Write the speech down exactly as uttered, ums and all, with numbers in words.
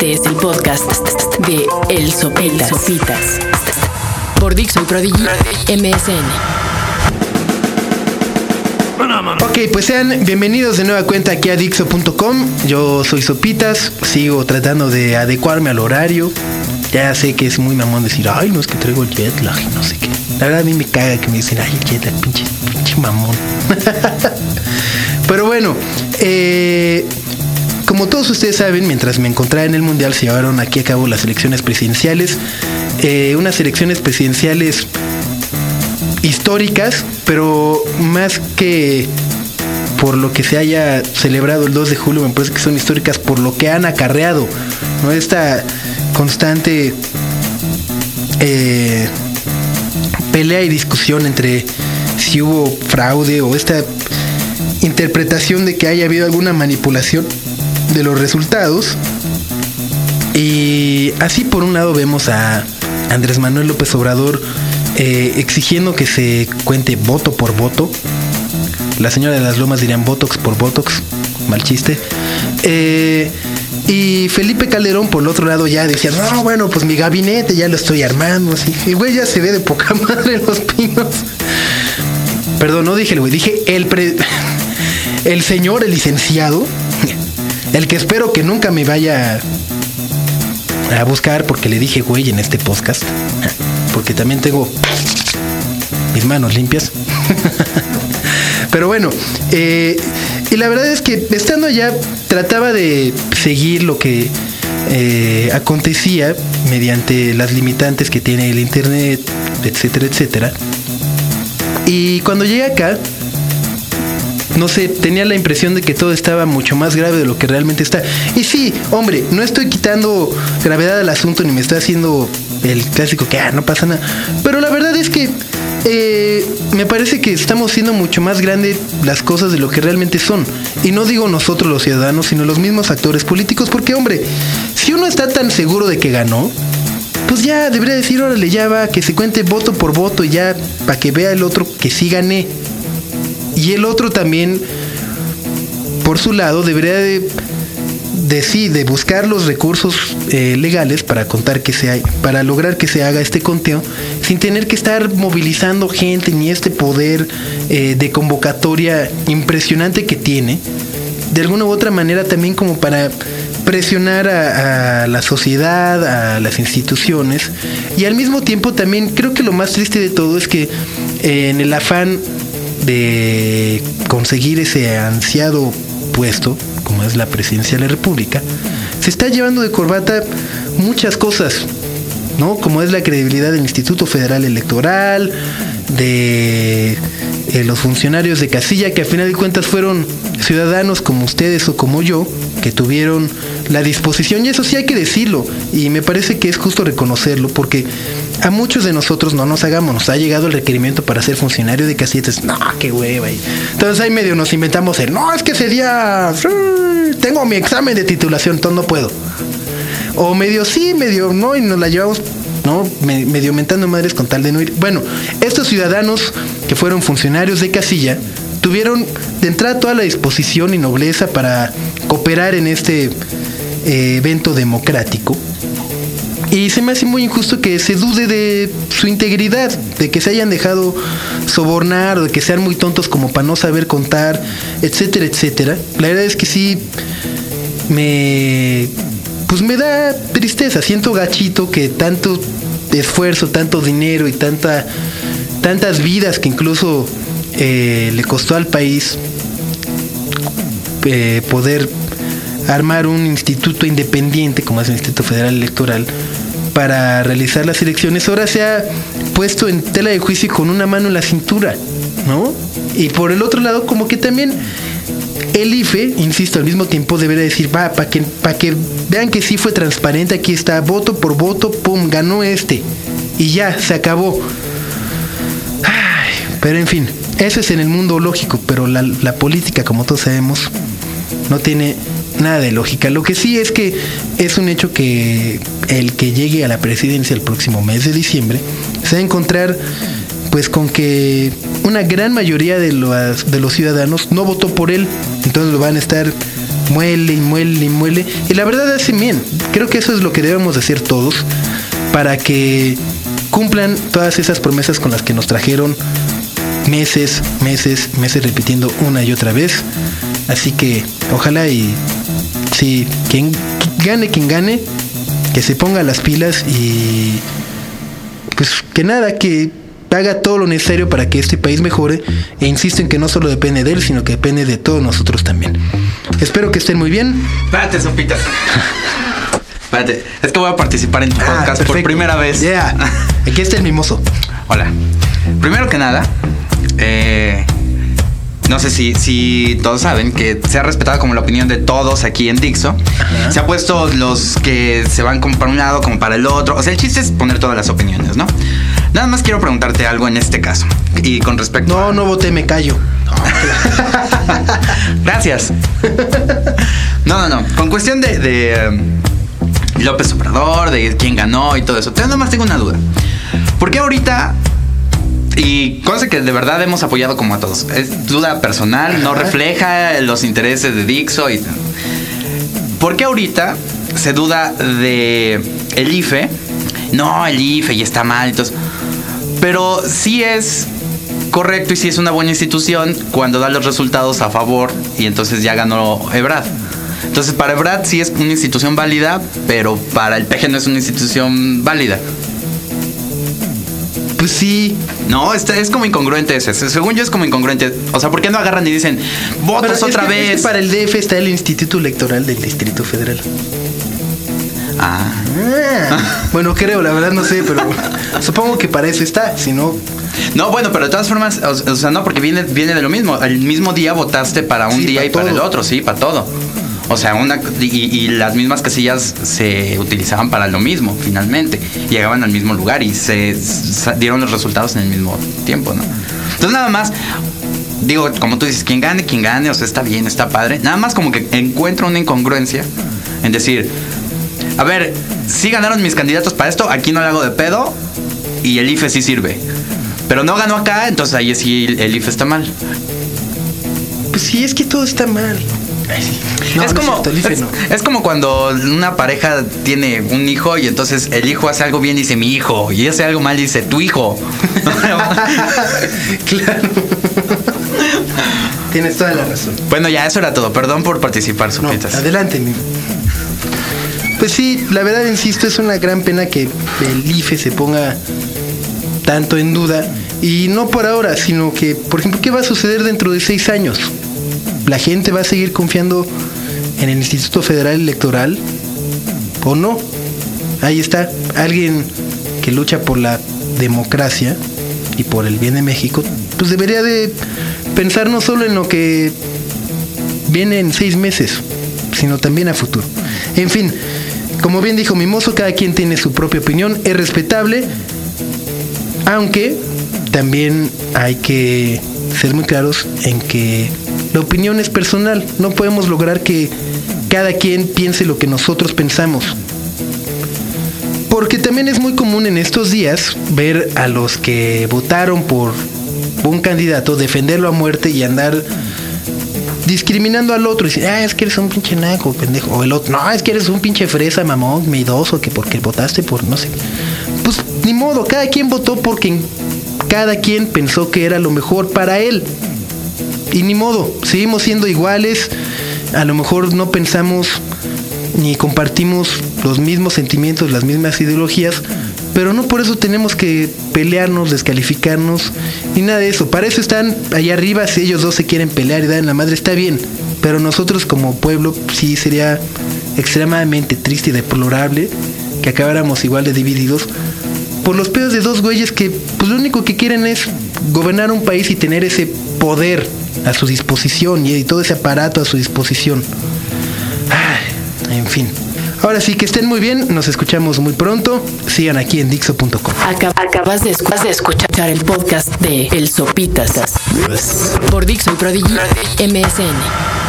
Este es el podcast de El Sopitas, El Sopitas. Por Dixo y Prodigy M S N. Ok, pues sean bienvenidos de nueva cuenta aquí a Dixo punto com. Yo soy Sopitas, sigo tratando de adecuarme al horario. Ya sé que es muy mamón decir, ay, no, es que traigo el jet lag y no sé qué. La verdad a mí me caga que me dicen, ay, el jet lag, pinche, pinche mamón. Pero bueno, eh... como todos ustedes saben, mientras me encontraba en el Mundial se llevaron aquí a cabo las elecciones presidenciales. Eh, unas elecciones presidenciales históricas, pero más que por lo que se haya celebrado el dos de julio, me parece que son históricas por lo que han acarreado, ¿no? Esta constante eh, pelea y discusión entre si hubo fraude o esta interpretación de que haya habido alguna manipulación de los resultados. Y así por un lado vemos a Andrés Manuel López Obrador eh, exigiendo que se cuente voto por voto. La señora de las Lomas dirían botox por botox, mal chiste. Eh, y Felipe Calderón por el otro lado ya decía, no, bueno, pues mi gabinete ya lo estoy armando. Así. Y güey, ya se ve de poca madre Los Pinos. Perdón, no dije el güey, dije el pre... el señor, el licenciado, el que espero que nunca me vaya a buscar porque le dije güey en este podcast, porque también tengo mis manos limpias. Pero bueno, eh, y la verdad es que estando allá trataba de seguir lo que eh, acontecía mediante las limitantes que tiene el internet, etcétera, etcétera. Y cuando llegué acá, no sé, tenía la impresión de que todo estaba mucho más grave de lo que realmente está. Y sí, hombre, no estoy quitando gravedad al asunto ni me estoy haciendo el clásico que ah, no pasa nada. Pero la verdad es que eh, me parece que estamos haciendo mucho más grande las cosas de lo que realmente son. Y no digo nosotros los ciudadanos, sino los mismos actores políticos. Porque, hombre, si uno está tan seguro de que ganó, pues ya debería decir, órale, ya va, que se cuente voto por voto, ya, para que vea el otro que sí gané. Y el otro también, por su lado, debería de, de sí, de buscar los recursos eh, legales para contar que se hay, para lograr que se haga este conteo, sin tener que estar movilizando gente ni este poder eh, de convocatoria impresionante que tiene, de alguna u otra manera también como para presionar a, a la sociedad, a las instituciones, y al mismo tiempo también creo que lo más triste de todo es que eh, en el afán de conseguir ese ansiado puesto, como es la presidencia de la República, se está llevando de corbata muchas cosas, ¿no? Como es la credibilidad del Instituto Federal Electoral, de eh, los funcionarios de casilla, que a final de cuentas fueron ciudadanos como ustedes o como yo, que tuvieron la disposición, y eso sí hay que decirlo, y me parece que es justo reconocerlo, porque a muchos de nosotros, no nos hagamos, nos ha llegado el requerimiento para ser funcionario de casillas. No, qué hueva. Entonces ahí medio nos inventamos el, no, es que ese día sí, tengo mi examen de titulación, entonces no puedo. O medio sí, medio no, y nos la llevamos, ¿no? Me, medio mentando madres con tal de no ir. Bueno, estos ciudadanos que fueron funcionarios de casilla tuvieron de entrada toda la disposición y nobleza para cooperar en este eh, evento democrático. Y se me hace muy injusto que se dude de su integridad, de que se hayan dejado sobornar, o de que sean muy tontos como para no saber contar, etcétera, etcétera. La verdad es que sí me, pues me da tristeza. Siento gachito que tanto esfuerzo, tanto dinero y tanta, tantas vidas que incluso eh, le costó al país eh, poder armar un instituto independiente como es el Instituto Federal Electoral para realizar las elecciones, ahora se ha puesto en tela de juicio con una mano en la cintura, ¿no? Y por el otro lado, como que también el I F E, insisto, al mismo tiempo debería decir, va, para que, para que vean que sí fue transparente, aquí está, voto por voto, pum, ganó este, y ya, se acabó. Ay, pero en fin, eso es en el mundo lógico, pero la, la política, como todos sabemos, no tiene nada de lógica. Lo que sí es que es un hecho que el que llegue a la presidencia el próximo mes de diciembre se va a encontrar pues con que una gran mayoría de los, de los ciudadanos no votó por él, entonces lo van a estar muele y muele y muele. Y la verdad hacen bien. Creo que eso es lo que debemos de hacer todos para que cumplan todas esas promesas con las que nos trajeron meses, meses, meses repitiendo una y otra vez. Así que ojalá y sí, quien gane, quien gane, que se ponga las pilas y pues que nada, que haga todo lo necesario para que este país mejore. E insisto en que no solo depende de él, sino que depende de todos nosotros también. Espero que estén muy bien. Espérate, Sopitas. Espérate, es que voy a participar en tu podcast ah, por primera vez. Yeah. Aquí está el mimoso. Hola. Primero que nada, eh, no sé si, si todos saben que se ha respetado como la opinión de todos aquí en Dixo. Ajá. Se ha puesto los que se van como para un lado, como para el otro. O sea, el chiste es poner todas las opiniones, ¿no? Nada más quiero preguntarte algo en este caso. Y con respecto No, a... no voté, me callo. Gracias. No, no, no. Con cuestión de, de um, López Obrador, de quién ganó y todo eso. Nada más tengo una duda. ¿Por qué ahorita... Y cosa que de verdad hemos apoyado como a todos. Es duda personal, no refleja los intereses de Dixo y... ¿Por qué ahorita se duda de el I F E? No, el I F E y está mal y todo eso. Pero sí es correcto y sí es una buena institución cuando da los resultados a favor y entonces ya ganó Ebrard. Entonces para Ebrard sí es una institución válida, pero para el P G no es una institución válida. Pues sí. No, este es como incongruente ese. Según yo es como incongruente. O sea, ¿por qué no agarran y dicen votos Pero otra es que, vez? Es que para el D F está el Instituto Electoral del Distrito Federal. Ah. ah. Bueno, creo, la verdad no sé, pero supongo que para eso está, si no... No, bueno, pero de todas formas, o, o sea, no, porque viene, viene de lo mismo. El mismo día votaste para un sí, día para y para todo. el otro, sí, para todo. O sea, una y, y las mismas casillas se utilizaban para lo mismo, finalmente. Llegaban al mismo lugar y se, se dieron los resultados en el mismo tiempo, ¿no? Entonces, nada más, digo, como tú dices, quien gane, quien gane, o sea, está bien, está padre. Nada más como que encuentro una incongruencia en decir, a ver, sí ganaron mis candidatos para esto, aquí no le hago de pedo y el I F E sí sirve. Pero no ganó acá, entonces ahí sí el I F E está mal. Pues sí, es que todo está mal. Ay, sí. No, es, no como, es, cierto, es, no. es como cuando una pareja tiene un hijo y entonces el hijo hace algo bien y dice mi hijo, y hace algo mal y dice tu hijo. Claro. Tienes toda la razón. Bueno, ya eso era todo. Perdón por participar, Sopitas. No, adelante, mi. Pues sí, la verdad, insisto, es una gran pena que el I F E se ponga tanto en duda. Y no por ahora, sino que, por ejemplo, ¿qué va a suceder dentro de seis años? ¿La gente va a seguir confiando en el Instituto Federal Electoral o no? Ahí está, alguien que lucha por la democracia y por el bien de México, pues debería de pensar no solo en lo que viene en seis meses, sino también a futuro. En fin, como bien dijo Mimoso, cada quien tiene su propia opinión, es respetable, aunque también hay que ser muy claros en que la opinión es personal. No podemos lograr que cada quien piense lo que nosotros pensamos. Porque también es muy común en estos días ver a los que votaron por un candidato defenderlo a muerte y andar discriminando al otro y decir, ah, es que eres un pinche naco, pendejo. O el otro, no, es que eres un pinche fresa, mamón, miedoso, que porque votaste por no sé. Pues ni modo, cada quien votó porque cada quien pensó que era lo mejor para él. Y ni modo, seguimos siendo iguales. A lo mejor no pensamos ni compartimos los mismos sentimientos, las mismas ideologías, pero no por eso tenemos que pelearnos, descalificarnos, ni nada de eso. Para eso están allá arriba. Si ellos dos se quieren pelear y dar en la madre, está bien. Pero nosotros como pueblo sí sería extremadamente triste y deplorable que acabáramos igual de divididos por los pedos de dos güeyes que pues lo único que quieren es gobernar un país y tener ese poder a su disposición y todo ese aparato a su disposición. Ay, en fin. Ahora sí, que estén muy bien, nos escuchamos muy pronto. Sigan aquí en Dixo punto com. Acabas de, escu- de escuchar el podcast de El Sopitas por Dixo y Prodigy M S N.